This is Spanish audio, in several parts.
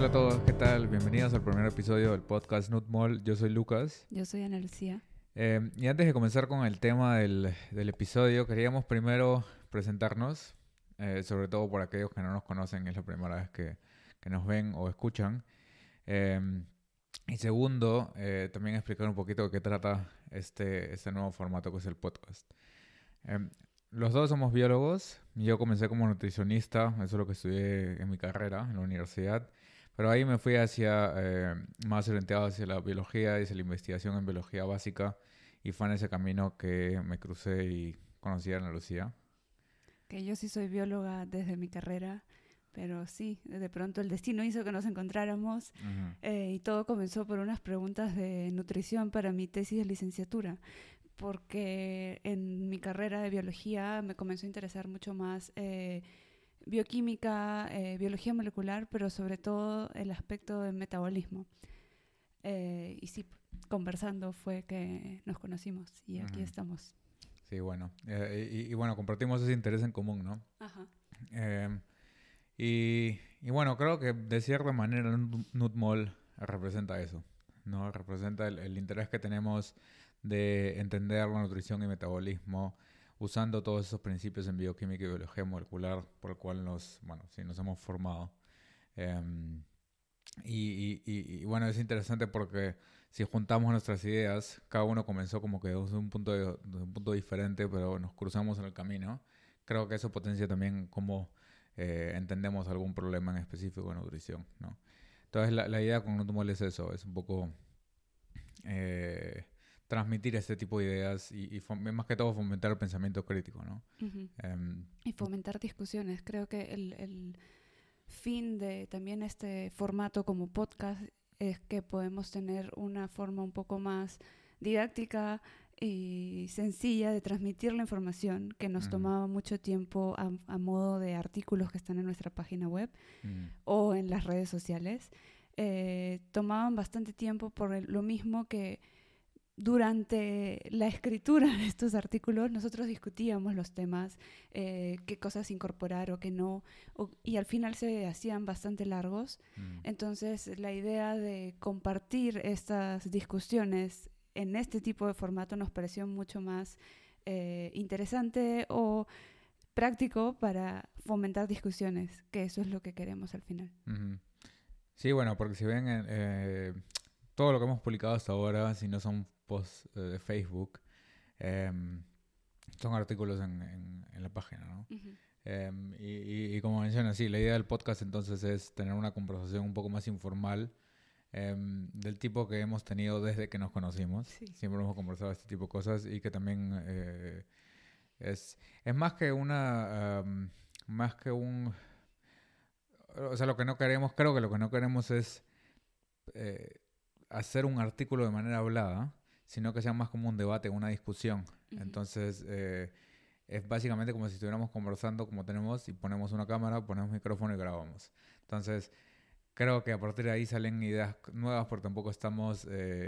Hola a todos, ¿qué tal? Bienvenidos al primer episodio del podcast Nutmol. Yo soy Lucas. Yo soy Ana Lucía. Y antes de comenzar con el tema del episodio, queríamos primero presentarnos, sobre todo por aquellos que no nos conocen, es la primera vez que nos ven o escuchan. Eh, y segundo, también explicar un poquito de qué trata este nuevo formato que es el podcast. Eh, los dos somos biólogos. Yo comencé como nutricionista, eso es lo que estudié en mi carrera en la universidad. Pero ahí me fui más orientado hacia la biología y hacia la investigación en biología básica. Y fue en ese camino que me crucé y conocí a Ana Lucía. Que yo sí soy bióloga desde mi carrera, pero sí, de pronto el destino hizo que nos encontráramos Ujú. y todo comenzó por unas preguntas de nutrición para mi tesis de licenciatura, porque en mi carrera de biología me comenzó a interesar mucho más bioquímica, biología molecular, pero sobre todo el aspecto del metabolismo. Y sí, conversando fue que nos conocimos y aquí Ujú. estamos. Sí, bueno. Y bueno, compartimos ese interés en común, ¿no? Ajá. Eh, y bueno, creo que de cierta manera Nutmol representa eso, ¿no? Representa el interés que tenemos de entender la nutrición y metabolismo usando todos esos principios en bioquímica y biología molecular por el cual sí, nos hemos formado. Em, y bueno, es interesante porque si juntamos nuestras ideas, cada uno comenzó como que desde desde un punto diferente, pero nos cruzamos en el camino. Creo que eso potencia también cómo entendemos algún problema en específico de nutrición, ¿no? Entonces la idea con Nutumol es eso, es un poco eh, transmitir este tipo de ideas y más que todo fomentar el pensamiento crítico, ¿no? Ujú. Em, Y fomentar discusiones. Creo que el fin de también este formato como podcast es que podemos tener una forma un poco más didáctica y sencilla de transmitir la información que nos ujú, tomaba mucho tiempo a modo de artículos que están en nuestra página web ujú, o en las redes sociales. Tomaban bastante tiempo por lo mismo que durante la escritura de estos artículos nosotros discutíamos los temas, qué cosas incorporar o qué no, y al final se hacían bastante largos. ujú, Entonces la idea de compartir estas discusiones en este tipo de formato nos pareció mucho más interesante o práctico para fomentar discusiones, que eso es lo que queremos al final. ujú. Sí, bueno, porque si ven todo lo que hemos publicado hasta ahora, si no son posts de Facebook, em, son artículos en la página, ¿no? Ujú. Y como mencionas, sí, la idea del podcast entonces es tener una conversación un poco más informal, del tipo que hemos tenido desde que nos conocimos. Sí. Siempre hemos conversado este tipo de cosas y que también es más que más que un... O sea, lo que no queremos, creo que lo que no queremos es eh, hacer un artículo de manera hablada, sino que sea más como un debate, una discusión. Ujú. Entonces, es básicamente como si estuviéramos conversando como tenemos y ponemos una cámara, ponemos micrófono y grabamos. Entonces, creo que a partir de ahí salen ideas nuevas, porque tampoco estamos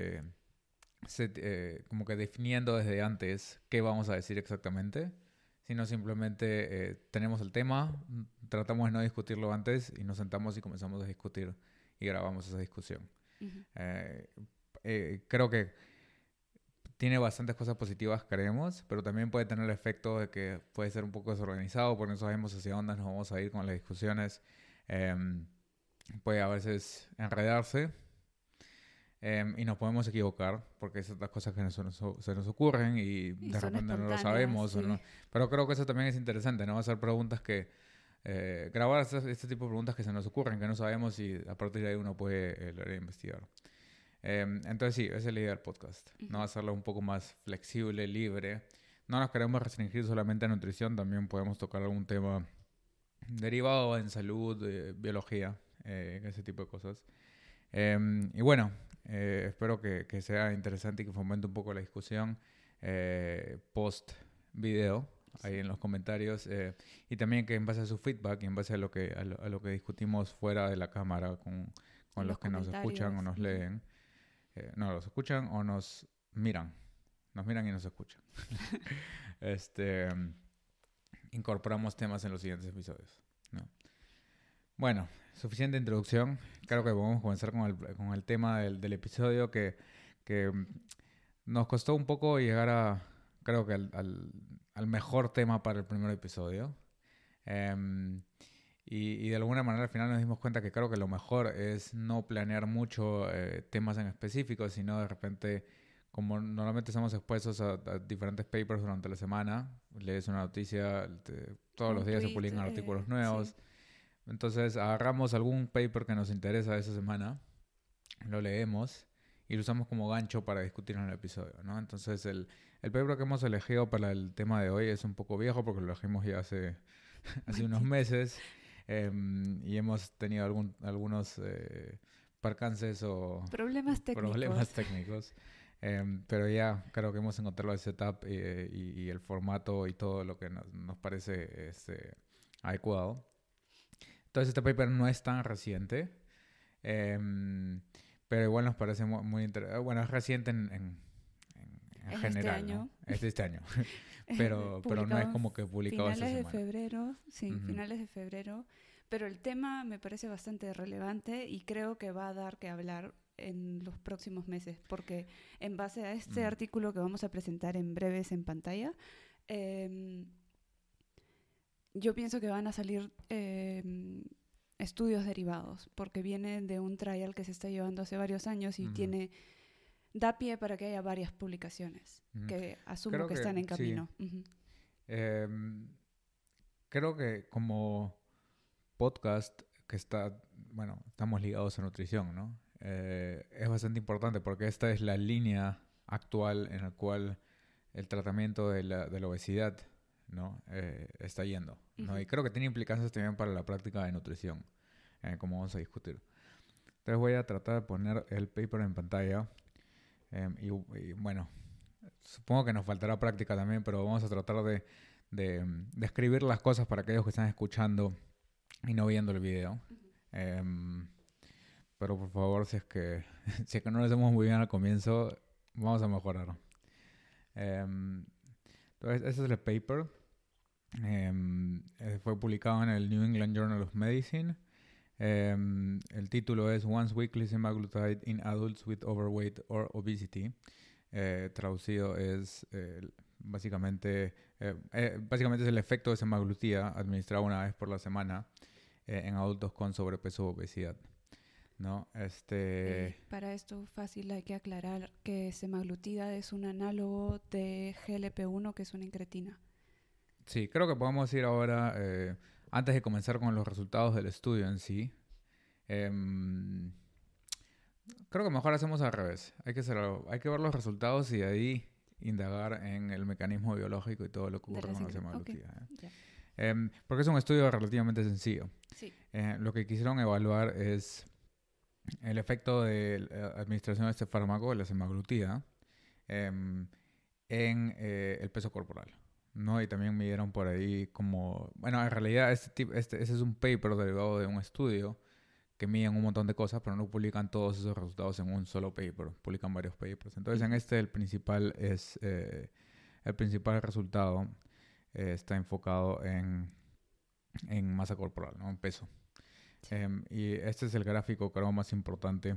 como que definiendo desde antes qué vamos a decir exactamente, sino simplemente tenemos el tema, tratamos de no discutirlo antes y nos sentamos y comenzamos a discutir y grabamos esa discusión. Ujú. Eh, Creo que tiene bastantes cosas positivas, creemos, pero también puede tener el efecto de que puede ser un poco desorganizado porque no sabemos hacia dónde nos vamos a ir con las discusiones. Em, Puede a veces enredarse y nos podemos equivocar porque hay ciertas cosas que se nos ocurren y Y de son repente no lo espontáneas, sabemos o sí. no. Pero creo que eso también es interesante, ¿no? Hacer preguntas que... grabar este tipo de preguntas que se nos ocurren, que no sabemos y a partir de ahí uno puede leer e investigar. Entonces sí, esa es la idea del podcast, ¿no? Ujú. Hacerlo un poco más flexible, libre. No nos queremos restringir solamente a nutrición, también podemos tocar algún tema derivado en salud, biología, ese tipo de cosas. Y bueno, espero que sea interesante y que fomente un poco la discusión post video ahí Sí. en los comentarios y también que en base a su feedback y en base a a lo que discutimos fuera de la cámara con En los los que nos escuchan o comentarios. nos Ujú. leen, no, los escuchan o nos miran y nos escuchan. este, incorporamos temas en los siguientes episodios, ¿no? Bueno, suficiente introducción. Creo que podemos comenzar con el tema del episodio que nos costó un poco llegar creo que al mejor tema para el primer episodio. Em, y de alguna manera al final nos dimos cuenta que creo que lo mejor es no planear mucho temas en específico, sino de repente, como normalmente estamos expuestos a diferentes papers durante la semana, lees una noticia, todos los días se tweet, publican artículos sí. nuevos. Entonces agarramos algún paper que nos interesa esa semana, lo leemos y lo usamos como gancho para discutir en el episodio, ¿no? Entonces el paper que hemos elegido para el tema de hoy es un poco viejo porque lo elegimos ya hace Buen unos tiempo. meses, y hemos tenido algunos percances o Problemas técnicos. problemas técnicos. Pero ya creo que hemos encontrado el setup y el formato y todo lo que nos parece adecuado. Entonces este paper no es tan reciente, em, pero igual nos parece muy interesante. Bueno, es reciente en Es este general, ¿no? año. Es de este año, pero no es Publicado en como que publicado esta finales de semana. febrero, sí, Ujú, finales de febrero, pero el tema me parece bastante relevante y creo que va a dar que hablar en los próximos meses, porque en base a este mm, artículo que vamos a presentar en breves en pantalla, em, yo pienso que van a salir estudios derivados, porque viene de un trial que se está llevando hace varios años y ujú, da pie para que haya varias publicaciones ujú. que asumo Creo que que están en sí. camino. Ujú. Em, Creo que como podcast que bueno, estamos ligados a nutrición, ¿no? Es bastante importante porque esta es la línea actual en la cual el tratamiento de la obesidad, ¿no? Está yendo, ¿no? Ujú. Y creo que tiene implicancias también para la práctica de nutrición, como vamos a discutir. Entonces voy a tratar de poner el paper en pantalla, y bueno, supongo que nos faltará práctica también, pero vamos a tratar de escribir las cosas para aquellos que están escuchando y no viendo el video. Em, pero por favor, si es que no lo hacemos muy bien al comienzo, vamos a mejorar. Em, entonces, ese es el paper. Fue publicado en el New England Journal of Medicine. El título es Once Weekly Semaglutide in Adults with Overweight or Obesity. Traducido es básicamente es el efecto de semaglutida administrado una vez por la semana en adultos con sobrepeso o obesidad, ¿no? Para esto fácil hay que aclarar que semaglutida es un análogo de GLP-1 que es una incretina. Sí, creo que podemos ir ahora, antes de comenzar con los resultados del estudio en sí. em, Creo que mejor hacemos al revés. Hay que ver los resultados y de ahí indagar en el mecanismo biológico y todo lo que De ocurre las con la Ok, semaglutida, ya. Porque es un estudio relativamente sencillo. Sí. Lo que quisieron evaluar es el efecto de la administración de este fármaco, la semaglutida, em, en el peso corporal, ¿no? Y también midieron por ahí como... Bueno, en realidad ese es un paper derivado de un estudio que miden un montón de cosas, pero no publican todos esos resultados en un solo paper, publican varios papers. Entonces en Ujú. este el principal resultado está enfocado en masa corporal, ¿no? En peso. Sí. Y este es el gráfico, creo, más importante.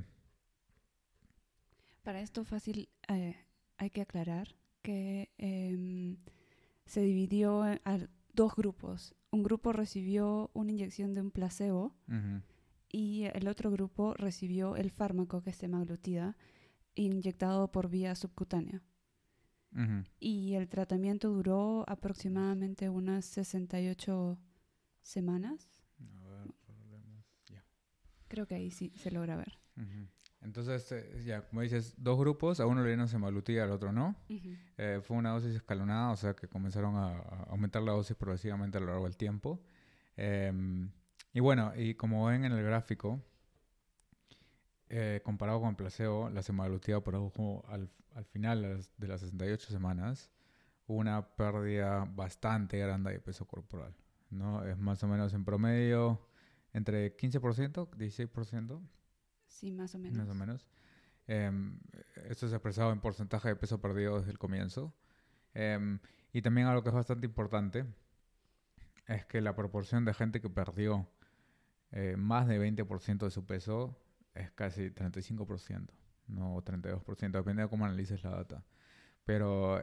Para esto fácil hay que aclarar que se dividió a dos grupos. Un grupo recibió una inyección de un placebo Ujú, y el otro grupo recibió el fármaco que es semaglutida inyectado por vía subcutánea. ujú. Y el tratamiento duró aproximadamente unas 68 semanas. A ver, problemas. Ya. Creo que ahí sí se logra ver. Ujú. Entonces, ya, como dices, dos grupos, a uno le dieron semaglutida, al otro no. Ujú. Fue una dosis escalonada, o sea que comenzaron a aumentar la dosis progresivamente a lo largo del tiempo. Em, y bueno, y como ven en el gráfico, comparado con el placebo, la semaglutida produjo al final de las 68 semanas una pérdida bastante grande de peso corporal, ¿no? Es más o menos en promedio entre 15%, 16%, Sí, más o más o menos. menos. Em, Esto es expresado en porcentaje de peso perdido desde el comienzo. Em, y también algo que es bastante importante es que la proporción de gente que perdió más de 20% de su peso es casi 35%, ¿no? O 32%, depende de cómo analices la data. Pero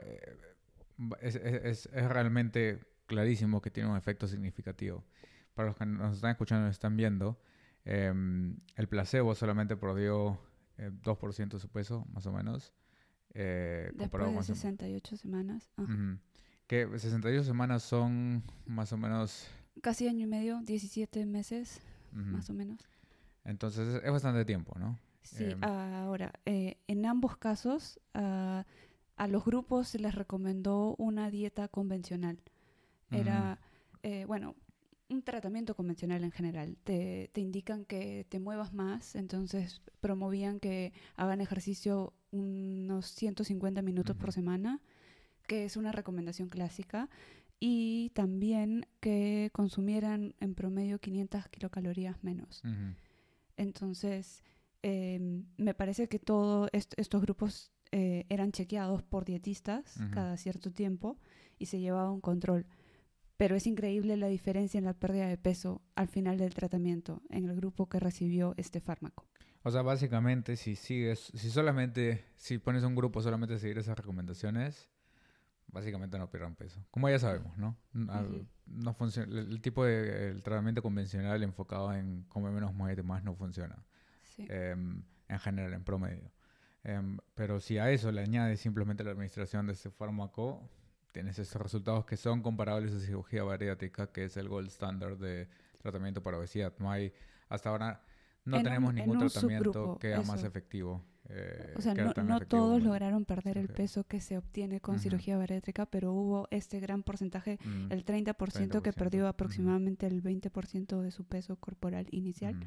es realmente clarísimo que tiene un efecto significativo. Para los que nos están escuchando y están viendo, el placebo solamente perdió 2% de su peso, más o menos. Después de 68 semanas. Que 68 semanas son más o menos... Casi año y medio, 17 meses, más o menos. Entonces es bastante tiempo, ¿no? Sí, ahora, en ambos casos, a los grupos se les recomendó una dieta convencional. Era, bueno, un tratamiento convencional en general. Te indican que te muevas más, entonces promovían que hagan ejercicio unos 150 minutos por semana, que es una recomendación clásica, y también que consumieran en promedio 500 kilocalorías menos. Entonces, me parece que todos estos grupos eran chequeados por dietistas cada cierto tiempo y se llevaba un control. Pero es increíble la diferencia en la pérdida de peso al final del tratamiento en el grupo que recibió este fármaco. O sea, básicamente, si pones un grupo solamente a seguir esas recomendaciones, básicamente no pierdan peso. Como ya sabemos, ¿no? No funciona. El tipo de el tratamiento convencional enfocado en comer menos, muévete más no funciona. Sí. En general, en promedio. Pero si a eso le añades simplemente la administración de ese fármaco, tienes esos resultados que son comparables a cirugía bariátrica, que es el gold standard de tratamiento para obesidad. Hasta ahora no tenemos ningún tratamiento que sea más efectivo. O sea, no todos lograron perder el peso que se obtiene con cirugía bariátrica, pero hubo este gran porcentaje, el 30% que perdió aproximadamente el 20% de su peso corporal inicial.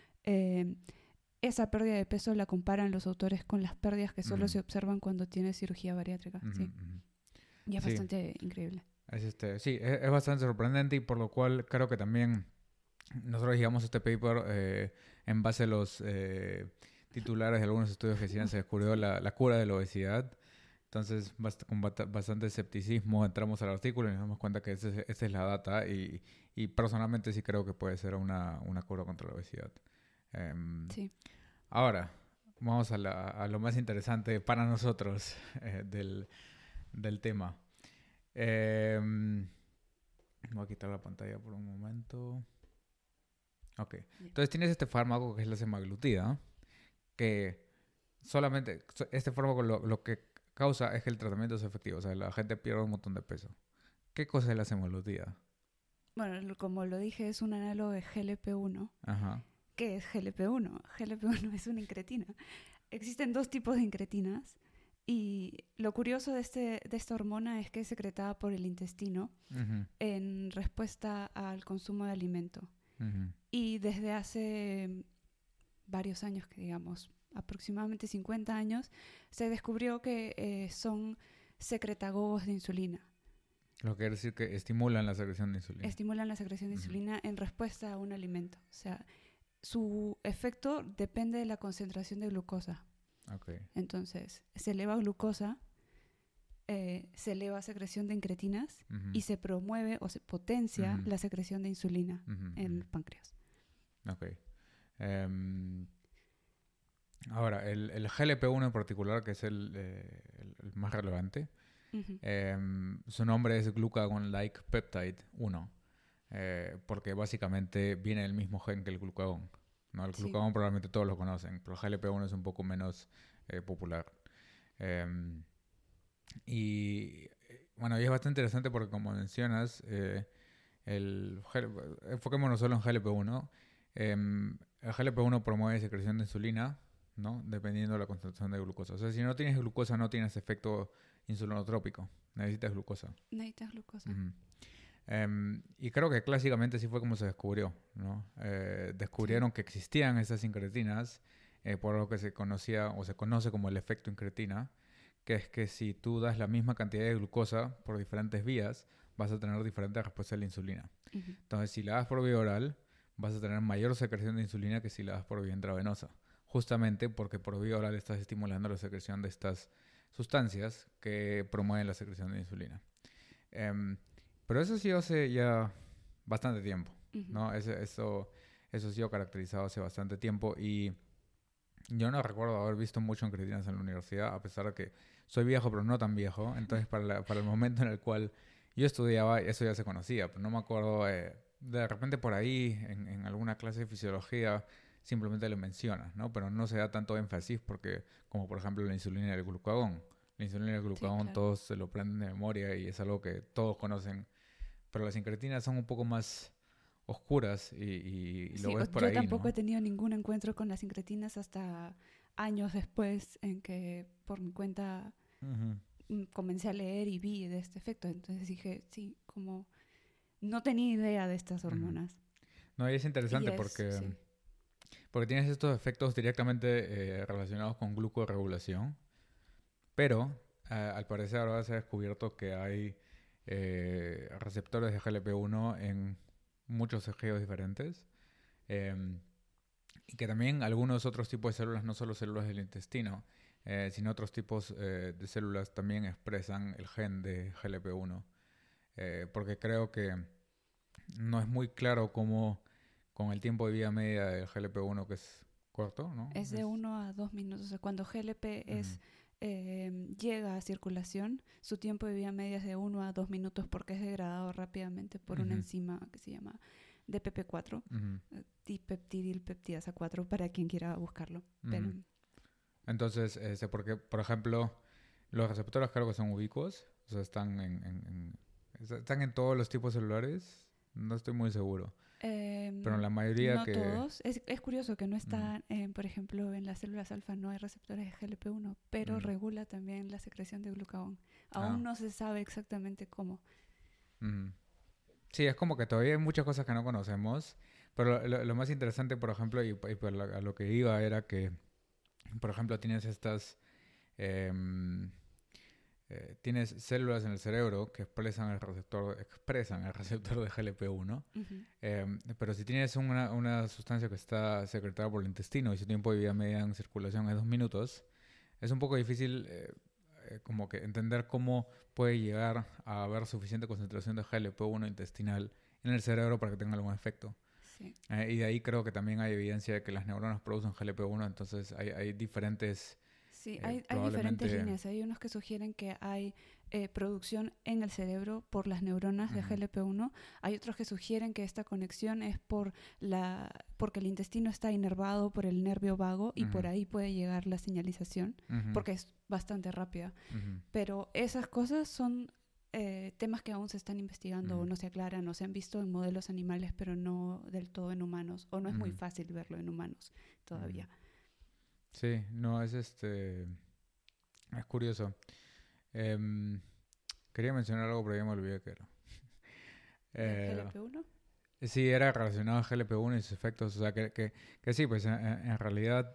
Esa pérdida de peso la comparan los autores con las pérdidas que solo se observan cuando tienes cirugía bariátrica. Sí. Y es bastante increíble. Sí, es bastante sorprendente y por lo cual creo que también nosotros llegamos a este paper en base a los titulares de algunos estudios que decían se descubrió la cura de la obesidad. Entonces, con bastante escepticismo entramos al artículo y nos damos cuenta que esa es la data y personalmente sí creo que puede ser una cura contra la obesidad. Sí. Ahora, vamos a lo más interesante para nosotros del tema. Voy a quitar la pantalla por un momento. Ok. Entonces tienes este fármaco que es la semaglutida, que solamente este fármaco lo que causa es que el tratamiento es efectivo, o sea, la gente pierde un montón de peso. ¿Qué cosa es la semaglutida? Bueno, como lo dije, es un análogo de GLP-1. Ajá. ¿Qué es GLP-1? GLP-1 es una incretina. Existen dos tipos de incretinas y lo curioso de esta hormona es que es secretada por el intestino en respuesta al consumo de alimento. Y desde hace varios años, que digamos, aproximadamente 50 años, se descubrió que son secretagogos de insulina. Lo que quiere decir que estimulan la secreción de insulina. Estimulan la secreción de insulina en respuesta a un alimento. O sea, su efecto depende de la concentración de glucosa. Okay. Entonces, se eleva glucosa, se eleva secreción de incretinas y se promueve o se potencia la secreción de insulina en el páncreas. Ok. Ahora, el GLP-1 en particular, que es el más relevante, su nombre es Glucagon-like peptide 1, porque básicamente viene del mismo gen que el glucagón, ¿no? El glucagón probablemente todos lo conocen, pero el GLP-1 es un poco menos popular. Y bueno, y es bastante interesante porque como mencionas, enfoquémonos solo en GLP-1. El GLP-1 promueve secreción de insulina, ¿no? Dependiendo de la concentración de glucosa. O sea, si no tienes glucosa, no tienes efecto insulinotrópico. Necesitas glucosa. Necesitas glucosa. Y creo que clásicamente sí fue como se descubrió, ¿no? Descubrieron que existían esas incretinas por lo que se conocía o se conoce como el efecto incretina, que es que si tú das la misma cantidad de glucosa por diferentes vías, vas a tener diferentes respuestas a la insulina. Entonces, si la das por vía oral, vas a tener mayor secreción de insulina que si la das por vía intravenosa. Justamente porque por vía oral estás estimulando la secreción de estas sustancias que promueven la secreción de insulina. Pero eso sí hace ya bastante tiempo, ¿no? Eso eso ha sido caracterizado hace bastante tiempo y yo no recuerdo haber visto mucho incretinas en la universidad, a pesar de que soy viejo, pero no tan viejo. Entonces, para el momento en el cual yo estudiaba, eso ya se conocía, pero no me acuerdo, de repente por ahí, en alguna clase de fisiología, simplemente lo mencionas, ¿no? Pero no se da tanto énfasis porque, como por ejemplo la insulina y el glucagón. La insulina y el Sí, glucagón claro. todos se lo aprenden de memoria y es algo que todos conocen, pero las incretinas son un poco más oscuras y lo Sí, ves por yo ahí, tampoco he ¿no? tenido ningún encuentro con las incretinas hasta años después en que por mi cuenta Ujú, comencé a leer y vi de este efecto. Entonces dije, sí, como no tenía idea de estas ujú. hormonas. No, y es Y interesante es, porque sí. tienes estos efectos directamente relacionados con glucorregulación, pero al parecer ahora se ha descubierto que hay receptores de GLP-1 en muchos tejidos diferentes em, y que también algunos otros tipos de células, no solo células del intestino, sino otros tipos de células también expresan el gen de GLP-1, porque creo que no es muy claro cómo con el tiempo de vida media del GLP-1, que es corto, ¿no? Es de 1 a 2 minutos. O sea, cuando GLP Ujú, llega a circulación, su tiempo de vida media es de 1 a 2 minutos porque es degradado rápidamente por una ujú, enzima que se llama DPP4, ujú, dipeptidilpeptidasa 4, para quien quiera buscarlo. Pero ujú. Entonces, porque, por ejemplo, los receptores creo que son ubicuos, o sea, están en todos los tipos celulares, no estoy muy seguro, pero en la mayoría no que... todos. Es curioso que no mm, está, por ejemplo, en las células alfa no hay receptores de GLP-1, pero mm, regula también la secreción de glucagón. ah, Aún no se sabe exactamente cómo. mm. Sí, es como que todavía hay muchas cosas que no conocemos, pero lo más interesante, por ejemplo, y por a lo que iba era que, por ejemplo, tienes em, tienes células en el cerebro que expresan el receptor de GLP-1, Ujú. pero si tienes una sustancia que está secretada por el intestino y su tiempo de vida media en circulación es 2 minutos, es un poco difícil como que entender cómo puede llegar a haber suficiente concentración de GLP-1 intestinal en el cerebro para que tenga algún efecto. Sí. Y de ahí creo que también hay evidencia de que las neuronas producen GLP-1, entonces hay diferentes, Sí, hay diferentes probablemente... líneas. Hay unos que sugieren que hay producción en el cerebro por las neuronas de Ujú, GLP-1. Hay otros que sugieren que esta conexión es porque el intestino está inervado por el nervio vago y por ujú, ahí puede llegar la señalización, ujú, porque es bastante rápida. ujú, Pero esas cosas son temas que aún se están investigando o ujú, no se aclaran o se han visto en modelos animales, pero no del todo en humanos, o no es muy ujú, fácil verlo en humanos ujú. todavía. Sí, no, es curioso. Em, Quería mencionar algo, pero ya me olvidé que era. ¿Del Eh, GLP-1? sí, era relacionado a GLP-1 y sus efectos. O sea, que sí, pues en realidad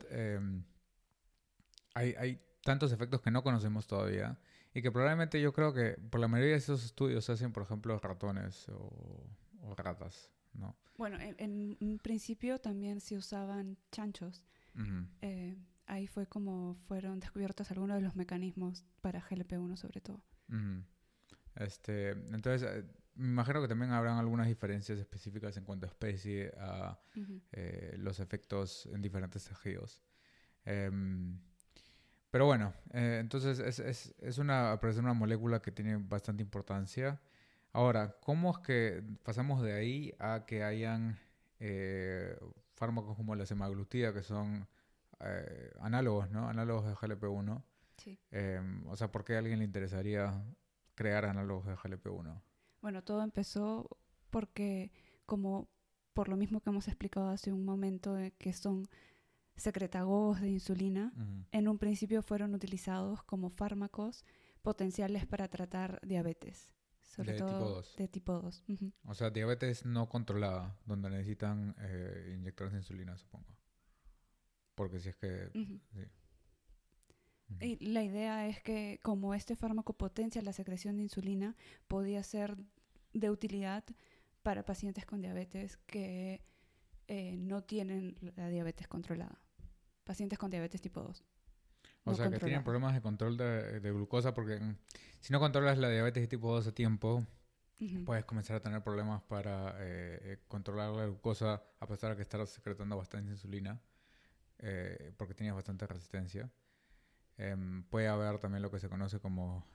hay tantos efectos que no conocemos todavía y que probablemente yo creo que por la mayoría de esos estudios se hacen, por ejemplo, ratones o ratas, ¿no? Bueno, en un principio también se usaban chanchos. Ujú, Eh, Ahí fue como fueron descubiertos algunos de los mecanismos para GLP-1 sobre todo. ujú. Entonces, me imagino que también habrán algunas diferencias específicas en cuanto a especie, a Ujú. los efectos en diferentes tejidos. Em, pero bueno, entonces parece una molécula que tiene bastante importancia. Ahora, ¿cómo es que pasamos de ahí a que hayan eh, fármacos como la semaglutida, que son análogos, ¿no? Análogos de GLP-1. Sí. O sea, ¿por qué a alguien le interesaría crear análogos de GLP-1? Bueno, todo empezó porque como por lo mismo que hemos explicado hace un momento, que son secretagogos de insulina, Ujú. en un principio fueron utilizados como fármacos potenciales para tratar diabetes, sobre De tipo todo 2. de tipo 2. Ujú. O sea, diabetes no controlada, donde necesitan inyectarse insulina, supongo. Porque si es que... Ujú. Sí. Ujú. Y la idea es que como este fármaco potencia la secreción de insulina, podía ser de utilidad para pacientes con diabetes que no tienen la diabetes controlada. Pacientes con diabetes tipo 2, O no sea, que tienen controlada. problemas de control de glucosa porque si no controlas la diabetes de tipo 2 a tiempo, puedes comenzar a tener problemas para controlar la glucosa a pesar de que estás secretando bastante insulina, porque tienes bastante resistencia. Puede haber también lo que se conoce como,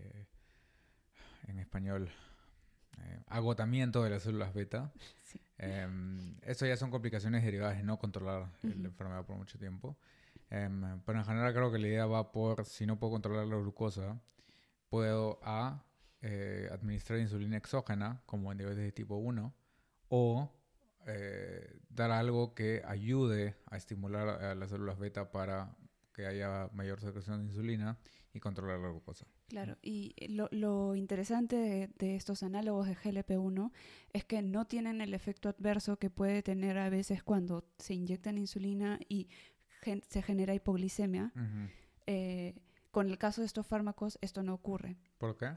en español, agotamiento de las células beta. Sí. Eso ya son complicaciones derivadas de no controlar la enfermedad por mucho tiempo. Pero en general creo que la idea va por, si no puedo controlar la glucosa, puedo administrar insulina exógena, como en diabetes de tipo 1, o dar algo que ayude a estimular a las células beta para que haya mayor secreción de insulina y controlar la glucosa. Claro, y lo interesante de estos análogos de GLP-1 es que no tienen el efecto adverso que puede tener a veces cuando se inyectan insulina y se genera hipoglicemia. Con el caso de estos fármacos esto no ocurre. ¿Por qué?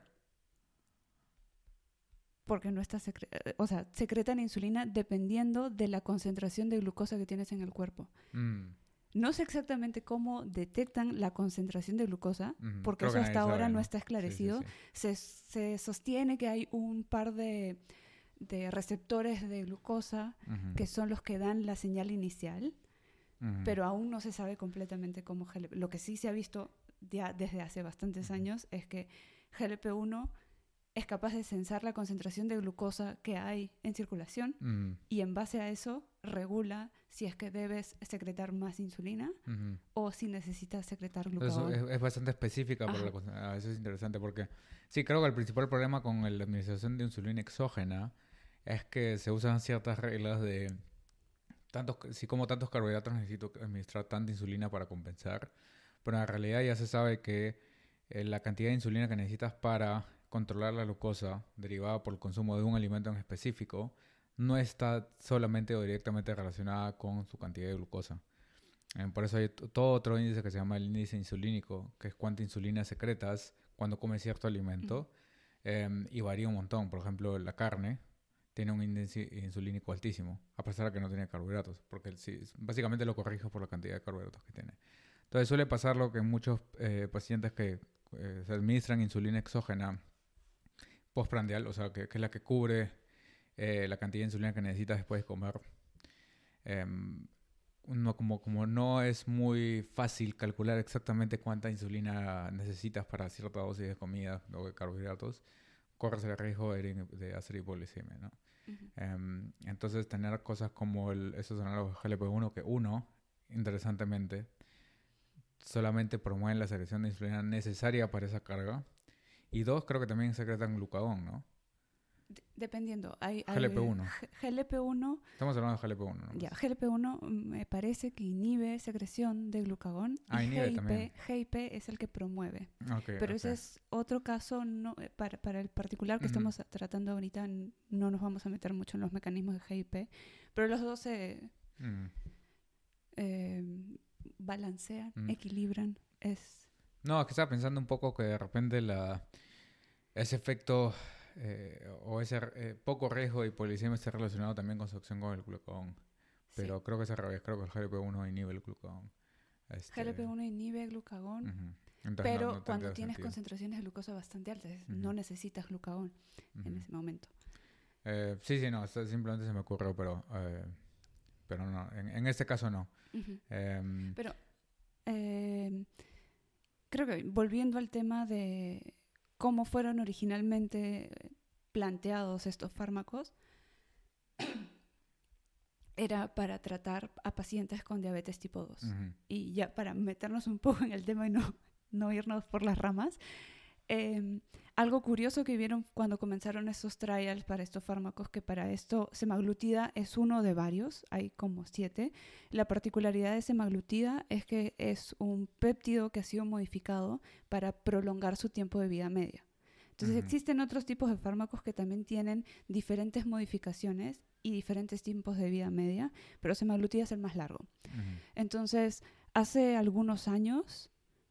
Porque no está secretan insulina dependiendo de la concentración de glucosa que tienes en el cuerpo. No sé exactamente cómo detectan la concentración de glucosa, porque eso hasta ahora no está esclarecido. Sí. Se sostiene que hay un par de receptores de glucosa que son los que dan la señal inicial, pero aún no se sabe completamente cómo GLP. Lo que sí se ha visto ya desde hace bastantes años es que GLP-1 es capaz de censar la concentración de glucosa que hay en circulación y en base a eso regula si es que debes secretar más insulina o si necesitas secretar glucagón. Eso es bastante específica, pero eso es interesante porque sí, creo que el principal problema con la administración de insulina exógena es que se usan ciertas reglas de si como tantos carbohidratos necesito administrar tanta insulina para compensar, pero en realidad ya se sabe que la cantidad de insulina que necesitas para controlar la glucosa derivada por el consumo de un alimento en específico no está solamente o directamente relacionada con su cantidad de glucosa. Por eso hay todo otro índice que se llama el índice insulínico, que es cuánta insulina secretas cuando comes cierto alimento, y varía un montón. Por ejemplo, la carne tiene un índice insulínico altísimo, a pesar de que no tiene carbohidratos, porque básicamente lo corrige por la cantidad de carbohidratos que tiene. Entonces suele pasar lo que en muchos pacientes que se administran insulina exógena postprandial, o sea, que es la que cubre la cantidad de insulina que necesitas después de comer. Como no es muy fácil calcular exactamente cuánta insulina necesitas para cierta dosis de comida o de carbohidratos, corres el riesgo de hacer hipoglicemia, ¿no? Entonces, tener cosas como esos análogos GLP-1, que interesantemente, solamente promueven la secreción de insulina necesaria para esa carga, y 2, creo que también secretan glucagón, ¿no? Dependiendo. GLP-1. GLP-1. Estamos hablando de GLP-1, ¿no? Ya, GLP-1 me parece que inhibe secreción de glucagón. Y inhibe también. GIP es el que promueve. Pero ese es otro caso, para el particular que estamos tratando ahorita, no nos vamos a meter mucho en los mecanismos de GIP, pero los dos se balancean, equilibran. No, es que estaba pensando un poco que de repente ese efecto o ese poco riesgo de hipoglicemia está relacionado también con su acción con el glucagón. Pero creo que es al revés. Creo que el GLP-1 inhibe el glucagón. GLP-1 inhibe glucagón, entonces, pero cuando tienes concentraciones de glucosa bastante altas, no necesitas glucagón en ese momento. Sí, no. Simplemente se me ocurrió, pero no. En este caso no. Pero creo que volviendo al tema de cómo fueron originalmente planteados estos fármacos, era para tratar a pacientes con diabetes tipo 2. Y ya para meternos un poco en el tema y no irnos por las ramas, algo curioso que vieron cuando comenzaron estos trials para estos fármacos, que para esto semaglutida es uno de varios, hay como 7. La particularidad de semaglutida es que es un péptido que ha sido modificado para prolongar su tiempo de vida media. Entonces existen otros tipos de fármacos que también tienen diferentes modificaciones y diferentes tiempos de vida media, pero semaglutida es el más largo. Entonces, hace algunos años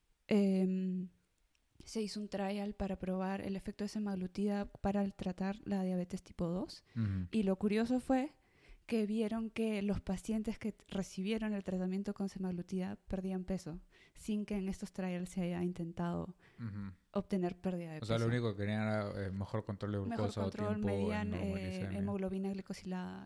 se hizo un trial para probar el efecto de semaglutida para tratar la diabetes tipo 2. Y lo curioso fue que vieron que los pacientes que recibieron el tratamiento con semaglutida perdían peso, sin que en estos trials se haya intentado obtener pérdida de peso. O sea, lo único que querían era mejor control de Mejor glucosa control, o tiempo medían en glicemia. hemoglobina glicosilada.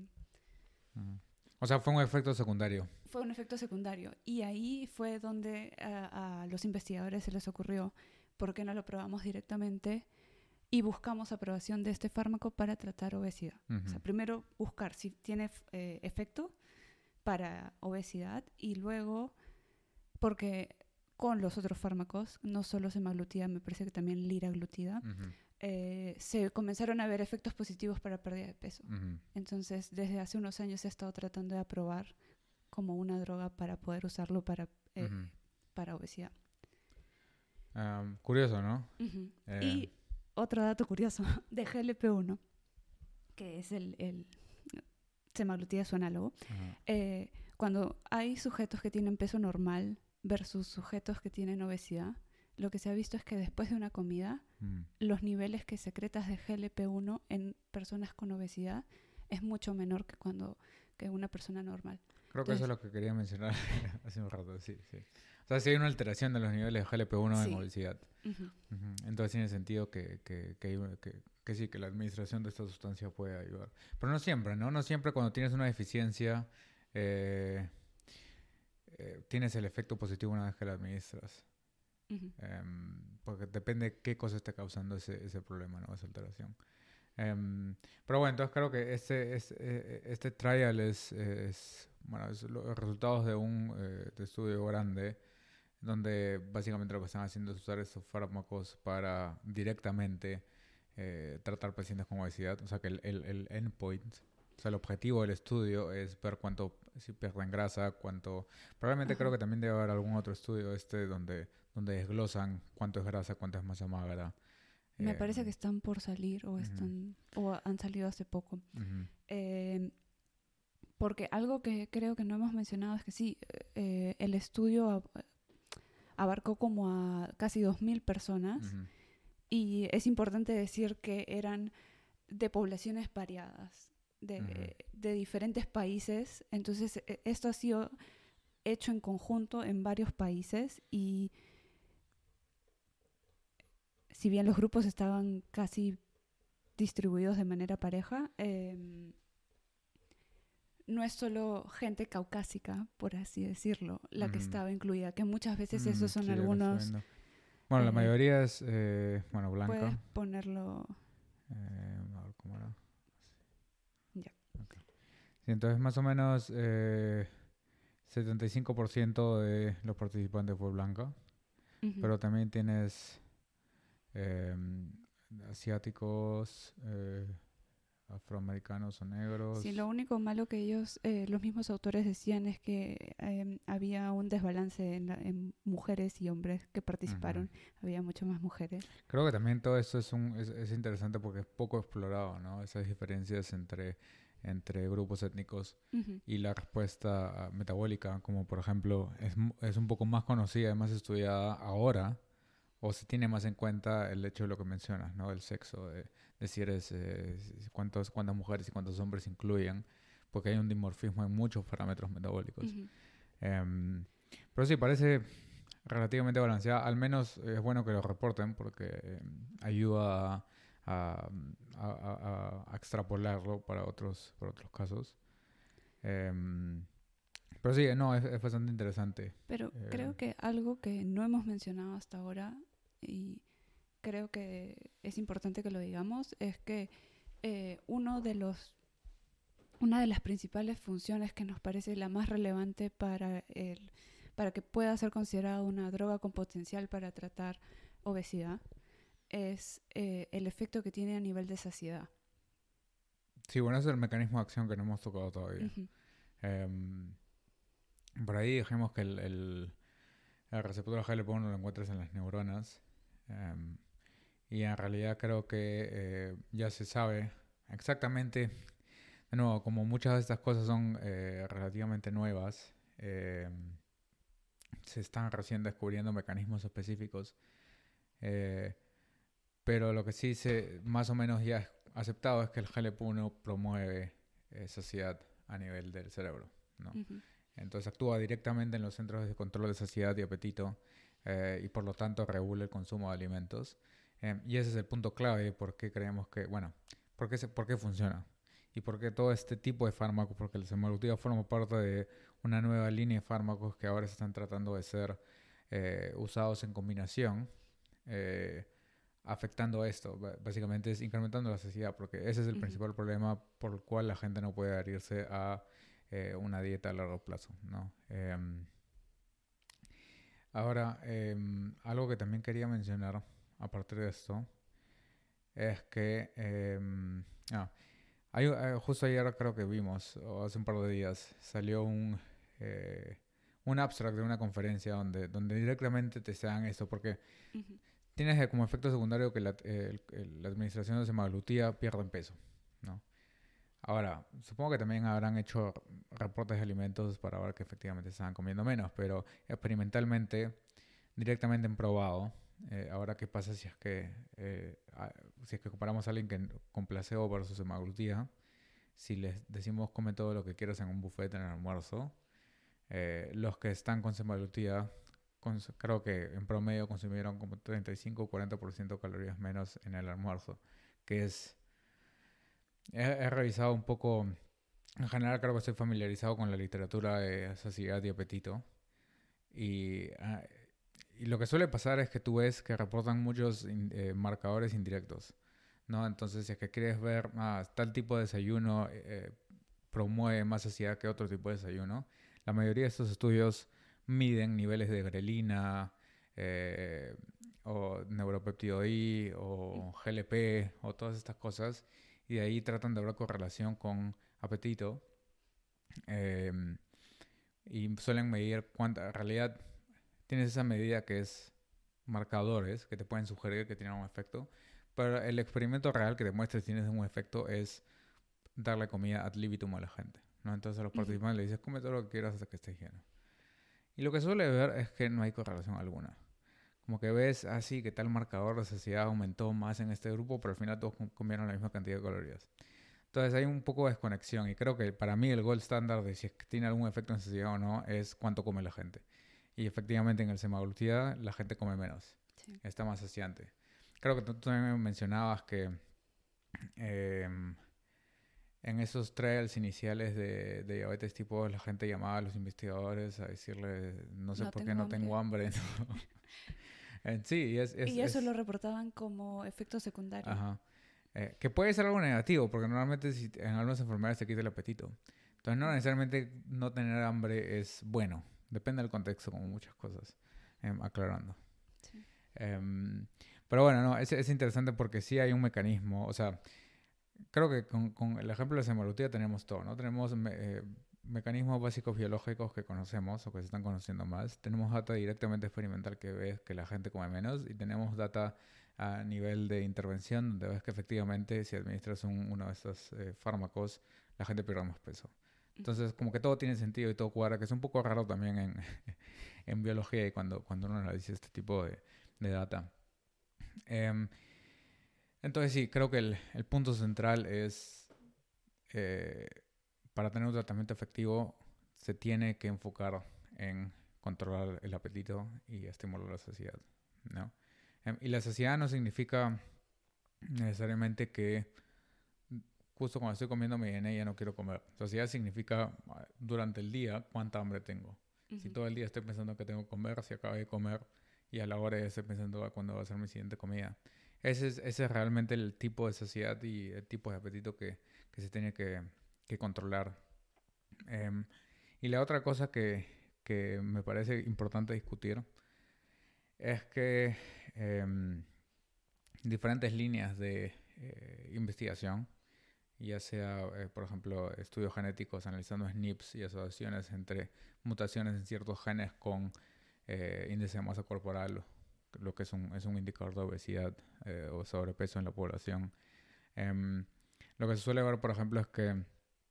O sea, fue un efecto secundario. Fue un efecto secundario. Y ahí fue donde a los investigadores se les ocurrió, ¿por qué no lo probamos directamente? Y buscamos aprobación de este fármaco para tratar obesidad. O sea, primero buscar si tiene efecto para obesidad y luego, porque con los otros fármacos, no solo semaglutida, me parece que también liraglutida, se comenzaron a ver efectos positivos para pérdida de peso. Entonces, desde hace unos años he estado tratando de aprobar como una droga para poder usarlo para obesidad. Curioso, ¿no? Y otro dato curioso de GLP-1, que es el semaglutida, su análogo. Cuando hay sujetos que tienen peso normal versus sujetos que tienen obesidad, lo que se ha visto es que después de una comida, los niveles que secretas de GLP-1 en personas con obesidad es mucho menor que una persona normal. Creo que eso es lo que quería mencionar hace un rato, sí. O sea, si hay una alteración de los niveles de GLP-1 en obesidad. Entonces tiene sentido que sí, que la administración de esta sustancia puede ayudar. Pero no siempre, ¿no? No siempre cuando tienes una deficiencia tienes el efecto positivo una vez que la administras. Porque depende qué cosa esté causando ese problema, ¿no? Esa alteración. Pero bueno, entonces creo que este trial es los resultados de un de estudio grande donde básicamente lo que están haciendo es usar esos fármacos para directamente tratar pacientes con obesidad. O sea que el endpoint, o sea, el objetivo del estudio es ver si pierden grasa, probablemente creo que también debe haber algún otro estudio donde desglosan cuánto es grasa, cuánto es masa magra. Me parece que están por salir o han salido hace poco. Porque algo que creo que no hemos mencionado es que sí, el estudio abarcó como a casi 2.000 personas y es importante decir que eran de poblaciones variadas, de diferentes países. Entonces, esto ha sido hecho en conjunto en varios países y si bien los grupos estaban casi distribuidos de manera pareja, no es solo gente caucásica, por así decirlo, la que estaba incluida, que muchas veces esos son algunos... Bueno, la mayoría es blanca. Puedes ponerlo... A ver cómo era. Ya. Okay. Sí, entonces más o menos 75% de los participantes fue blanca, pero también tienes asiáticos, afroamericanos o negros. Sí, lo único malo que ellos, los mismos autores decían es que había un desbalance en mujeres y hombres que participaron. Había mucho más mujeres. Creo que también todo esto es interesante porque es poco explorado, ¿no? Esas diferencias entre grupos étnicos y la respuesta metabólica, como por ejemplo, es un poco más conocida y más estudiada ahora, o se tiene más en cuenta el hecho de lo que mencionas, ¿no? El sexo, de si eres, cuántas mujeres y cuántos hombres incluyen, porque hay un dimorfismo en muchos parámetros metabólicos. Pero sí, parece relativamente balanceada. Al menos es bueno que lo reporten porque ayuda a extrapolarlo para otros casos. Pero sí, no, es bastante interesante. Pero creo que algo que no hemos mencionado hasta ahora y creo que es importante que lo digamos es que una de las principales funciones que nos parece la más relevante para que pueda ser considerada una droga con potencial para tratar obesidad es el efecto que tiene a nivel de saciedad. Sí, bueno, ese es el mecanismo de acción que no hemos tocado todavía. Por ahí dijimos que el receptor GLP-1 lo encuentras en las neuronas. Y en realidad creo que ya se sabe exactamente, de nuevo, como muchas de estas cosas son relativamente nuevas, se están recién descubriendo mecanismos específicos, pero lo que sí se más o menos ya es aceptado es que el GLP-1 promueve saciedad a nivel del cerebro, ¿no? Ujú. Entonces actúa directamente en los centros de control de saciedad y apetito y por lo tanto regula el consumo de alimentos. Y ese es el punto clave de por qué creemos que, bueno, por qué funciona. Y por qué todo este tipo de fármacos, porque el semaglutida forma parte de una nueva línea de fármacos que ahora se están tratando de ser usados en combinación, eh, afectando esto. Básicamente es incrementando la saciedad, porque ese es el Ujú. principal problema por el cual la gente no puede adherirse a una dieta a largo plazo, ¿no? Ahora, algo que también quería mencionar, aparte de esto, es que justo ayer creo que vimos, o hace un par de días, salió eh, un abstract de una conferencia donde directamente te dan esto, porque Ujú. tienes como efecto secundario que la administración de semaglutida pierden peso, ¿no? Ahora, supongo que también habrán hecho reportes de alimentos para ver que efectivamente estaban comiendo menos, pero experimentalmente, directamente han probado. Ahora, ¿qué pasa si es que comparamos a alguien con placebo versus semaglutida? Si les decimos come todo lo que quieras en un buffet en el almuerzo, los que están con semaglutida, creo que en promedio consumieron como 35 o 40% de calorías menos en el almuerzo, que he revisado un poco. En general creo que estoy familiarizado con la literatura de saciedad y apetito. Y, y lo que suele pasar es que tú ves que reportan muchos marcadores indirectos, ¿no? Entonces, si es que quieres ver tal tipo de desayuno promueve más saciedad que otro tipo de desayuno, la mayoría de estos estudios miden niveles de grelina, eh, o neuropéptido I, o GLP, o todas estas cosas, y de ahí tratan de ver correlación con apetito. eh, y suelen medir cuánta, en realidad tienes esa medida que es marcadores que te pueden sugerir que tienen un efecto, pero el experimento real que demuestra si tienes un efecto es darle comida ad libitum a la gente, ¿no? Entonces a los Ujú. participantes le dices, come todo lo que quieras hasta que estés lleno. Y lo que suele ver es que no hay correlación alguna. Como que ves así que tal marcador de saciedad aumentó más en este grupo, pero al final todos comieron la misma cantidad de calorías. Entonces hay un poco de desconexión y creo que para mí el gold standard de si es que tiene algún efecto en saciedad o no es cuánto come la gente. Y efectivamente en el semaglutida la gente come menos, Sí. está más saciante. Creo que tú también mencionabas que em, en esos trials iniciales de diabetes tipo la gente llamaba a los investigadores a decirle no sé No por qué tengo no tengo hambre. hambre. ¿No? Sí, Y eso lo reportaban como efecto secundario. ajá. Que puede ser algo negativo, porque normalmente en algunas enfermedades te quita el apetito. Entonces, no Ujú. necesariamente no tener hambre es bueno. Depende del contexto, como muchas cosas. Aclarando. Sí. Em, pero bueno, no, es interesante porque sí hay un mecanismo. O sea, creo que con el ejemplo de la semaglutida tenemos todo, ¿no? Tenemos mecanismos básicos biológicos que conocemos o que se están conociendo más. Tenemos data directamente experimental que ves que la gente come menos y tenemos data a nivel de intervención donde ves que efectivamente si administras uno de estos fármacos, la gente pierde más peso. Ujú. Entonces, como que todo tiene sentido y todo cuadra, que es un poco raro también en biología y cuando uno analiza este tipo de data. Em, entonces, sí, creo que el punto central es eh, para tener un tratamiento efectivo se tiene que enfocar en controlar el apetito y estimular la saciedad, ¿no? Y la saciedad no significa necesariamente que justo cuando estoy comiendo me llené y ya no quiero comer. Saciedad significa durante el día cuánta hambre tengo. Si Ujú. todo el día estoy pensando que tengo que comer, si acabo de comer y a la hora ya estoy pensando cuándo va a ser mi siguiente comida. Ese es realmente el tipo de saciedad y el tipo de apetito que se tiene que controlar. Em, y la otra cosa que me parece importante discutir es que em, diferentes líneas de investigación, ya sea, por ejemplo, estudios genéticos analizando SNPs y asociaciones entre mutaciones en ciertos genes con índice de masa corporal, lo que es un indicador de obesidad o sobrepeso en la población. Em, lo que se suele ver, por ejemplo, es que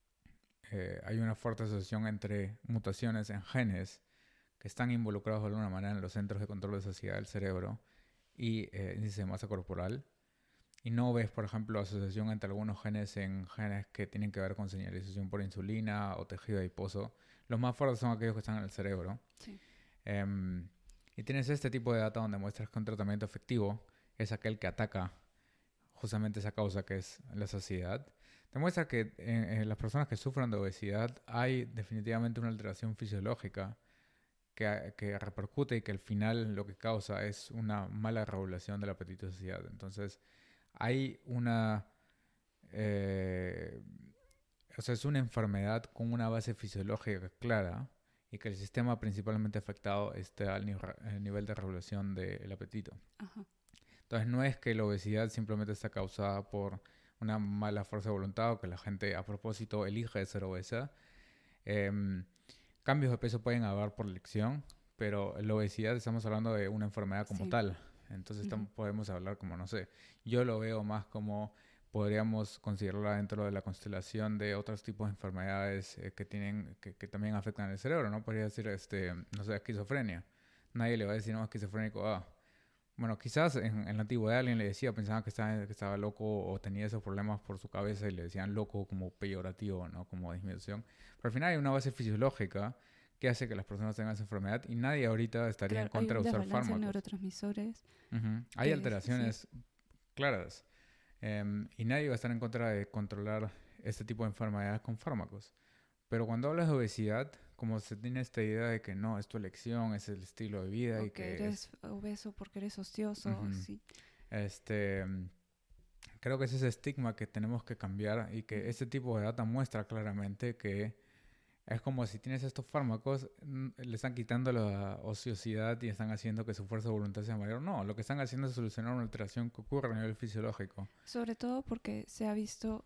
hay una fuerte asociación entre mutaciones en genes que están involucrados de alguna manera en los centros de control de saciedad del cerebro y índice de masa corporal. y no ves, por ejemplo, asociación entre algunos genes en genes que tienen que ver con señalización por insulina o tejido adiposo. Los más fuertes son aquellos que están en el cerebro. Sí. Em, y tienes este tipo de data donde muestras que un tratamiento efectivo es aquel que ataca justamente esa causa que es la saciedad. Demuestra que en las personas que sufren de obesidad hay definitivamente una alteración fisiológica que repercute y que al final lo que causa es una mala regulación del apetito y saciedad. Entonces, hay una... eh, o sea, es una enfermedad con una base fisiológica clara y que el sistema principalmente afectado esté al nivel de regulación del apetito. Ajá. Entonces, no es que la obesidad simplemente está causada por una mala fuerza de voluntad o que la gente a propósito elige ser obesa. Em, Cambios de peso pueden haber por elección, pero la obesidad estamos hablando de una enfermedad como Sí. tal. Entonces Ujú. podemos hablar como, no sé, yo lo veo más como podríamos considerarla dentro de la constelación de otros tipos de enfermedades que tienen, que también afectan el cerebro, ¿no? Podría decir, no sé, esquizofrenia. Nadie le va a decir, no, esquizofrénico, bueno, quizás en la antigüedad alguien le decía, pensaban que estaba loco o tenía esos problemas por su cabeza y le decían loco como peyorativo, ¿no? Como disminución. Pero al final hay una base fisiológica que hace que las personas tengan esa enfermedad y nadie ahorita estaría en Claro, hay contra de un usar desbalance en fármacos. neurotransmisores Hay que sí. alteraciones claras y nadie va a estar en contra de controlar este tipo de enfermedades con fármacos. Pero cuando hablas de obesidad, como se tiene esta idea de que no, es tu elección, es el estilo de vida O y que que es... eres obeso porque eres ocioso, Ujú. sí. Este, Creo que es ese estigma que tenemos que cambiar y que Ujú. este tipo de data muestra claramente que es como si tienes estos fármacos, le están quitando la ociosidad y están haciendo que su fuerza de voluntad sea mayor. No, lo que están haciendo es solucionar una alteración que ocurre a nivel fisiológico. Sobre todo porque se ha visto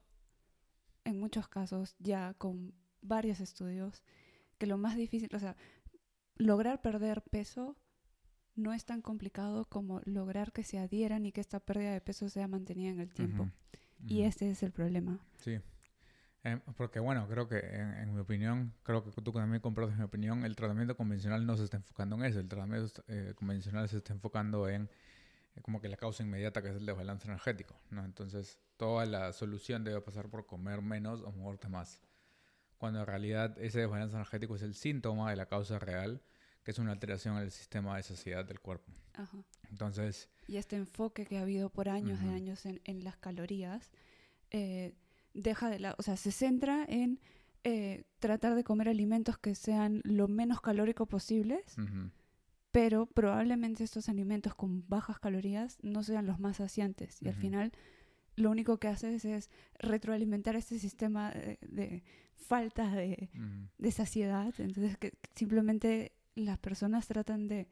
en muchos casos ya con varios estudios que lo más difícil, o sea, lograr perder peso no es tan complicado como lograr que se adhieran y que esta pérdida de peso sea mantenida en el tiempo. Ujú, Y ujú. este es el problema. Sí. Porque bueno, creo que en mi opinión, creo que tú también compartes mi opinión, el tratamiento convencional no se está enfocando en eso. El tratamiento convencional se está enfocando en como que la causa inmediata que es el desbalance energético, ¿no? Entonces, toda la solución debe pasar por comer menos o moverte más. Cuando en realidad ese desbalance energético es el síntoma de la causa real, que es una alteración en el sistema de saciedad del cuerpo. Ajá. Entonces, Y este enfoque que ha habido por años de ujú, años en las calorías, eh, deja de lado, o sea, se centra en tratar de comer alimentos que sean lo menos calórico posibles, ujú, pero probablemente estos alimentos con bajas calorías no sean los más saciantes. Y al ujú, final lo único que haces es retroalimentar este sistema de falta ujú. de saciedad. Entonces que simplemente las personas tratan de...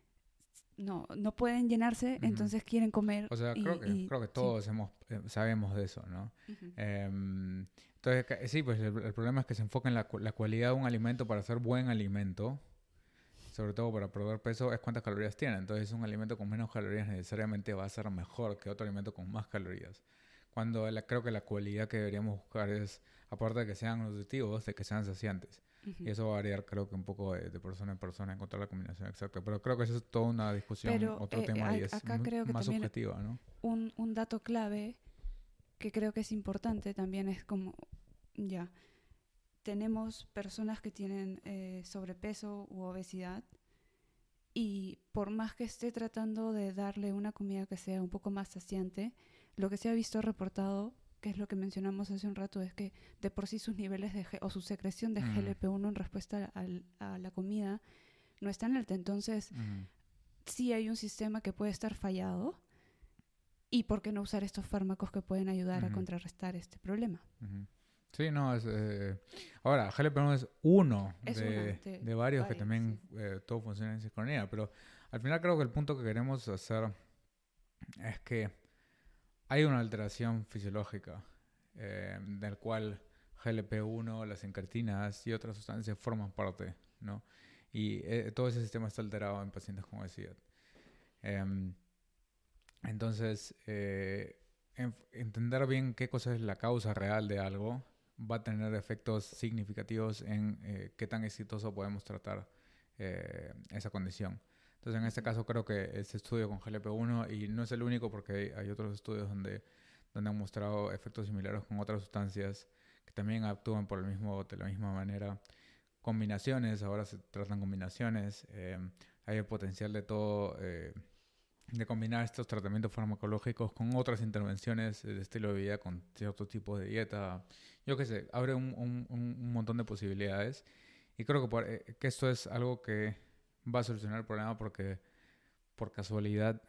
No pueden llenarse, Ujú. entonces quieren comer O sea, y creo que sí. todos sabemos de eso, ¿no? Ujú. Entonces, sí, pues el problema es que se enfoca en la cualidad de un alimento para ser buen alimento, sobre todo para perder peso, es cuántas calorías tiene. Entonces, un alimento con menos calorías necesariamente va a ser mejor que otro alimento con más calorías. Cuando creo que la cualidad que deberíamos buscar es, aparte de que sean nutritivos, de que sean saciantes. Y Ujú. eso va a variar, creo que un poco de persona en persona, encontrar la combinación exacta. Pero creo que eso es toda una discusión, Pero otro tema y es acá creo que más también subjetiva, ¿no? un dato clave que creo que es importante también es como, ya, tenemos personas que tienen sobrepeso u obesidad y por más que esté tratando de darle una comida que sea un poco más saciante, lo que se ha visto reportado, que es lo que mencionamos hace un rato, es que de por sí sus niveles o su secreción de Mm, GLP-1 en respuesta a la comida no está en alta. Entonces, mm, sí hay un sistema que puede estar fallado y por qué no usar estos fármacos que pueden ayudar a ujú, contrarrestar este problema. ujú. Sí, no, ahora, GLP-1 es uno Es una de varios que varias, sí. también todo funciona en sincronía, pero al final creo que el punto que queremos hacer es que hay una alteración fisiológica del cual GLP-1, las incretinas y otras sustancias forman parte, ¿no? Y todo ese sistema está alterado en pacientes con obesidad. Em, entonces, entender bien qué cosa es la causa real de algo va a tener efectos significativos en qué tan exitoso podemos tratar esa condición. Entonces, en este caso creo que este estudio con GLP-1, y no es el único porque hay otros estudios donde han mostrado efectos similares con otras sustancias que también actúan de la misma manera. Combinaciones, ahora se tratan combinaciones. Hay el potencial de combinar estos tratamientos farmacológicos con otras intervenciones de estilo de vida, con ciertos tipos de dieta. Yo qué sé, abre un montón de posibilidades. Y creo que esto es algo que va a solucionar el problema porque por casualidad,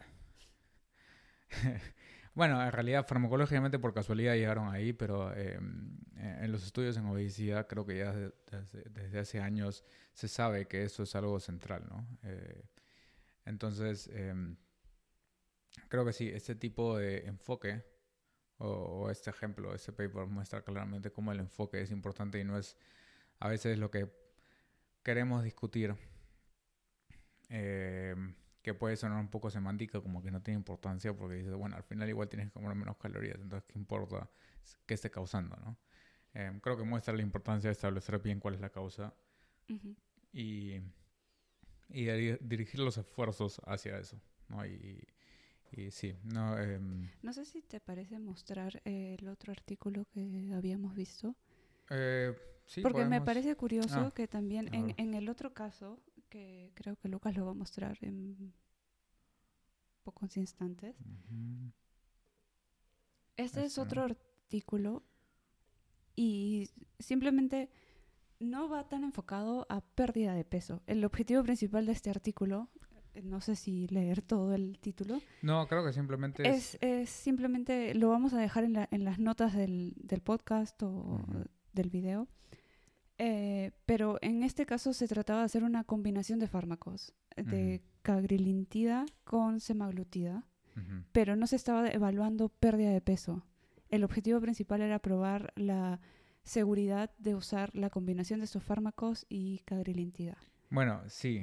bueno, en realidad farmacológicamente por casualidad llegaron ahí, pero en los estudios en obesidad creo que ya desde hace años se sabe que eso es algo central, ¿no? Entonces, creo que sí, este tipo de enfoque o este ejemplo, este paper muestra claramente cómo el enfoque es importante y no es a veces lo que queremos discutir, que puede sonar un poco semántica, como que no tiene importancia, porque dices, bueno, al final igual tienes que comer menos calorías, entonces ¿qué importa qué esté causando, ¿no? Creo que muestra la importancia de establecer bien cuál es la causa Ujú. y, dirigir los esfuerzos hacia eso, ¿no? Y sí, no, No sé si te parece mostrar el otro artículo que habíamos visto, sí porque me podemos... parece curioso Ah, que también a ver. en el otro caso, que creo que Lucas lo va a mostrar en pocos instantes, Ujú. este es Este, otro ¿no? artículo y simplemente no va tan enfocado a pérdida de peso. El objetivo principal de este artículo, no sé si leer todo el título, No, creo que simplemente es... es simplemente, lo vamos a dejar en las notas del podcast o Ujú, del video, pero en este caso se trataba de hacer una combinación de fármacos, ujú, de cagrilintida con semaglutida, ujú. pero no se estaba evaluando pérdida de peso. El objetivo principal era probar la seguridad de usar la combinación de estos fármacos y cagrilintida. Bueno, sí.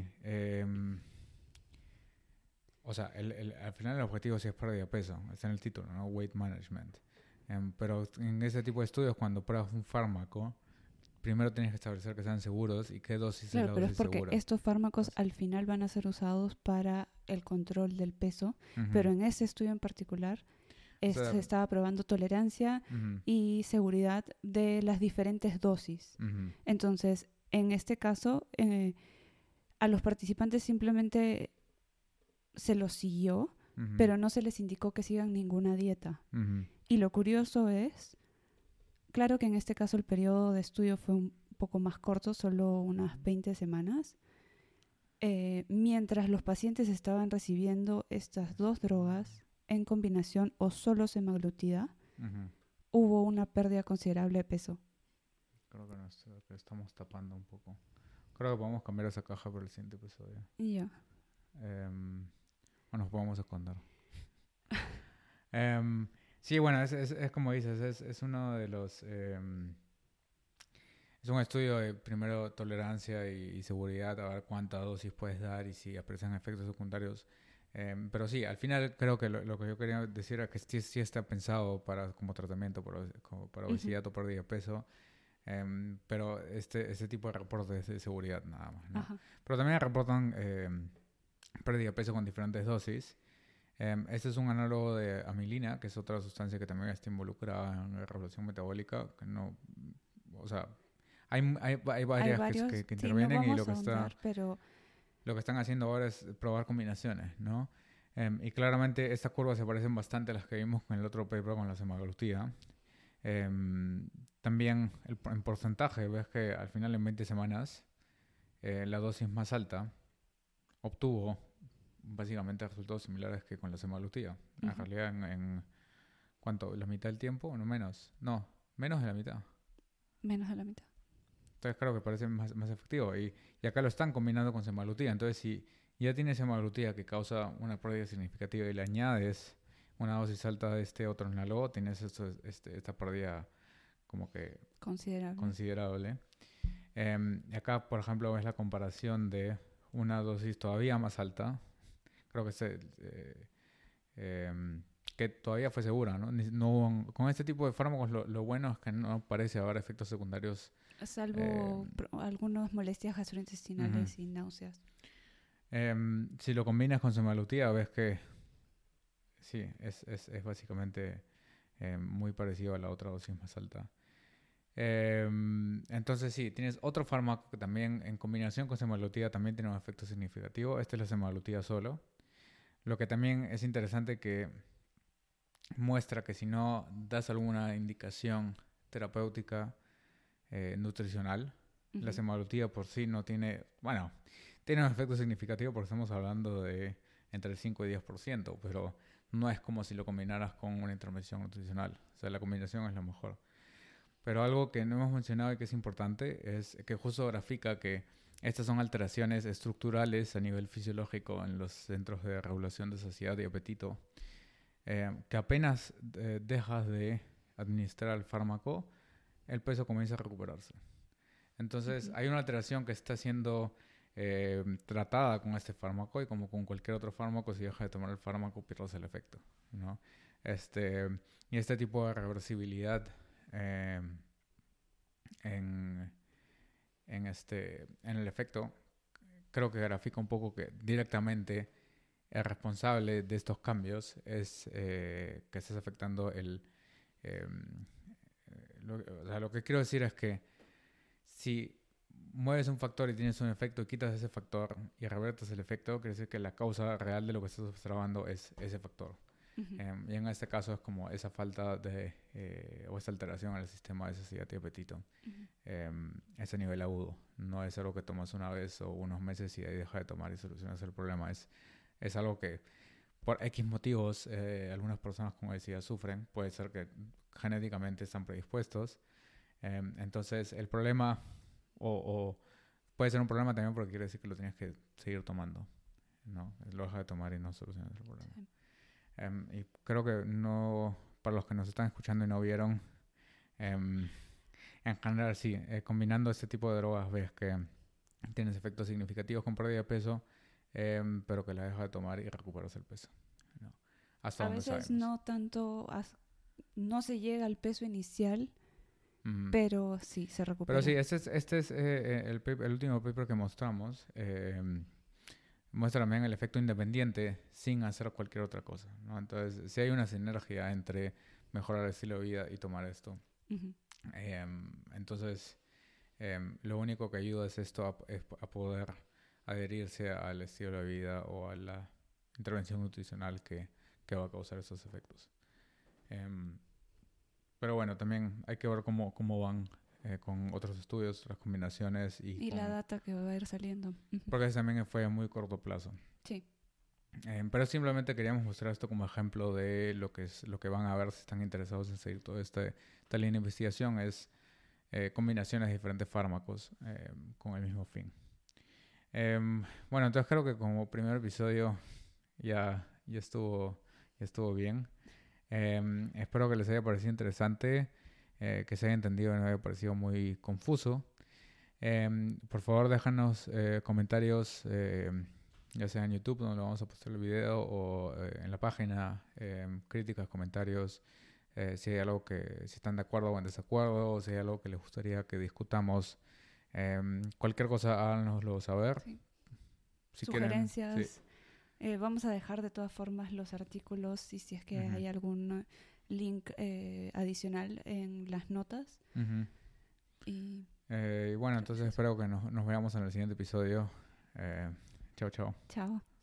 O sea, al final el objetivo sí es pérdida de peso. Está en el título, ¿no? Weight management. Pero en ese tipo de estudios, cuando pruebas un fármaco, primero tienes que establecer que sean seguros y qué dosis es Claro, la pero es dosis porque segura. estos fármacos Entonces, al final van a ser usados para el control del peso, ujú. pero en ese estudio en particular O sea, se estaba probando tolerancia ujú, y seguridad de las diferentes dosis. ujú, Entonces, en este caso, a los participantes simplemente se los siguió, ujú, pero no se les indicó que sigan ninguna dieta. ujú, Y lo curioso es, claro que en este caso el periodo de estudio fue un poco más corto, solo unas 20 semanas, mientras los pacientes estaban recibiendo estas dos drogas en combinación o solo semaglutida, ujú. hubo una pérdida considerable de peso. Creo que, que estamos tapando un poco. Creo que podemos cambiar esa caja para el siguiente episodio. Y ya. O nos podemos esconder. Em, sí, bueno, es como dices, es uno de los... es un estudio de primero tolerancia y seguridad, a ver cuánta dosis puedes dar y si aparecen efectos secundarios. Pero sí, al final creo que lo que yo quería decir era que sí está pensado como tratamiento como para Ujú. obesidad o pérdida de peso. Pero este tipo de reportes es de seguridad nada más, ¿no? Ajá. Pero también reportan pérdida de peso con diferentes dosis. Este es un análogo de amilina, que es otra sustancia que también está involucrada en la regulación metabólica, que no, o sea, hay Hay varias varios, que sí, no intervienen y vamos a ahondar, pero lo que están haciendo ahora es probar combinaciones, ¿no? Y claramente estas curvas se parecen bastante a las que vimos con el otro paper con la semaglutida. También en porcentaje, ves que al final en 20 semanas la dosis más alta obtuvo básicamente resultados similares que con la semaglutida. En ujú, realidad, ¿cuánto? ¿La mitad del tiempo? ¿O no menos? No, menos de la mitad. menos de la mitad. Entonces creo que parece más efectivo. Y acá lo están combinando con semaglutida. Entonces si ya tienes semaglutida que causa una pérdida significativa y le añades una dosis alta de este otro análogo, tienes esta pérdida como que Considerable. considerable. Acá, por ejemplo, ves la comparación de una dosis todavía más alta. Creo que que todavía fue segura, ¿no? Con este tipo de fármacos lo bueno es que no parece haber efectos secundarios. eh, Salvo algunas molestias Ujú. gastrointestinales y náuseas. Si lo combinas con semaglutida, ves que sí, es básicamente muy parecido a la otra dosis más alta. Entonces sí, tienes otro fármaco que también en combinación con semaglutida también tiene un efecto significativo. Este es la semaglutida solo. Lo que también es interesante que muestra que si no das alguna indicación terapéutica nutricional, la Ujú. semaglutida por sí no tiene, bueno, tiene un efecto significativo porque estamos hablando de entre el 5 y 10%, pero no es como si lo combinaras con una intervención nutricional. O sea, la combinación es lo mejor. Pero algo que no hemos mencionado y que es importante es que justo grafica que estas son alteraciones estructurales a nivel fisiológico en los centros de regulación de saciedad y apetito, que apenas dejas de administrar el fármaco, el peso comienza a recuperarse. Entonces, Ujú. hay una alteración que está siendo tratada con este fármaco y como con cualquier otro fármaco, si dejas de tomar el fármaco, pierdes el efecto, ¿no? Este, y este tipo de reversibilidad eh, en, en el efecto, creo que grafica un poco que directamente el responsable de estos cambios es que estás afectando eh, o sea, lo que quiero decir es que si mueves un factor y tienes un efecto y quitas ese factor y revertes el efecto, quiere decir que la causa real de lo que estás observando es ese factor. Ujú. Y en este caso es como esa falta de, o esa alteración en el sistema de saciedad y apetito. Ujú. Es a nivel agudo. No es algo que tomas una vez o unos meses y ahí deja de tomar y solucionas el problema. Es algo que por X motivos algunas personas, como decía, sufren. Puede ser que genéticamente están predispuestos. Entonces el problema o puede ser un problema también porque quiere decir que lo tienes que seguir tomando, ¿no? Lo dejas de tomar y no solucionas el problema. Sí. Y creo que no, para los que nos están escuchando y no vieron, em, en general sí, combinando este tipo de drogas ves que tienes efectos significativos con pérdida de peso, pero que la dejas de tomar y recuperas el peso, ¿no? Hasta A donde veces sabemos. no tanto, no se llega al peso inicial, Mm. pero sí se Pero sí, recupera. este es el último paper que mostramos. Muestra también el efecto independiente sin hacer cualquier otra cosa, ¿no? Entonces, sí hay una sinergia entre mejorar el estilo de vida y tomar esto. Ujú. Entonces, lo único que ayuda es esto a poder adherirse al estilo de vida o a la intervención nutricional que va a causar esos efectos. Em, pero bueno, también hay que ver cómo van con otros estudios, las combinaciones y Y la con... data que va a ir saliendo. Ujú. Porque eso también fue a muy corto plazo. Sí. Pero simplemente queríamos mostrar esto como ejemplo de lo que es lo que van a ver si están interesados en seguir toda esta línea de investigación es combinaciones de diferentes fármacos con el mismo fin. Bueno, entonces creo que como primer episodio ya estuvo bien. Espero que les haya parecido interesante, que se haya entendido y no haya parecido muy confuso. Por favor, déjanos comentarios, ya sea en YouTube, donde vamos a postar el video, o en la página, críticas, comentarios, si hay algo si están de acuerdo o en desacuerdo, o si hay algo que les gustaría que discutamos. Cualquier cosa, háganoslo saber. Sí. Si quieren, sí. Sugerencias. Vamos a dejar de todas formas los artículos y si es que Ujú, hay algún link adicional en las notas. ujú. Y Y bueno, creo que es entonces eso. espero que nos veamos en el siguiente episodio. Chao, chao. Chao.